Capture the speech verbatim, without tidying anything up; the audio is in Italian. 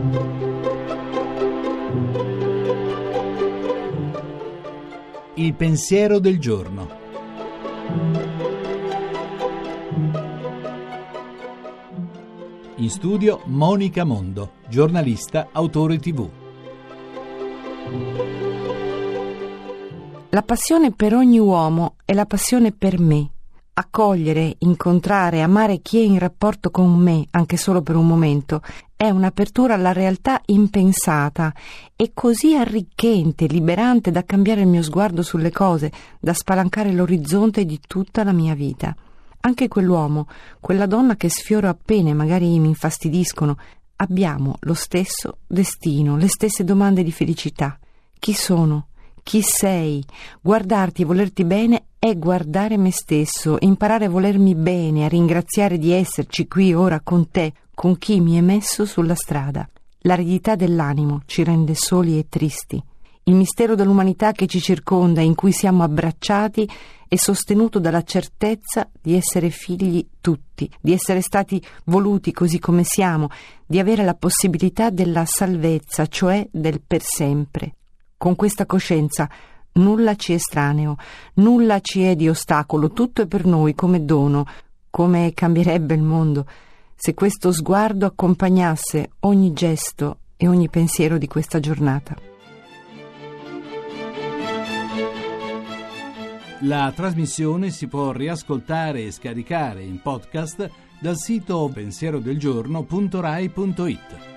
Il pensiero del giorno. In studio Monica Mondo, giornalista, autore tivù. La passione per ogni uomo è la passione per me. Accogliere, incontrare, amare chi è in rapporto con me, anche solo per un momento, è un'apertura alla realtà impensata e così arricchente, liberante da cambiare il mio sguardo sulle cose, da spalancare l'orizzonte di tutta la mia vita. Anche quell'uomo, quella donna che sfioro appena e magari mi infastidiscono, abbiamo lo stesso destino, le stesse domande di felicità. Chi sono? Chi sei? Guardarti e volerti bene è guardare me stesso, imparare a volermi bene, a ringraziare di esserci qui ora con te, con chi mi è messo sulla strada. L'aridità dell'animo ci rende soli e tristi. Il mistero dell'umanità che ci circonda, in cui siamo abbracciati, è sostenuto dalla certezza di essere figli tutti, di essere stati voluti così come siamo, di avere la possibilità della salvezza, cioè del per sempre. Con questa coscienza nulla ci è estraneo, nulla ci è di ostacolo, tutto è per noi come dono. Come cambierebbe il mondo se questo sguardo accompagnasse ogni gesto e ogni pensiero di questa giornata. La trasmissione si può riascoltare e scaricare in podcast dal sito pensierodelgiorno punto rai punto it.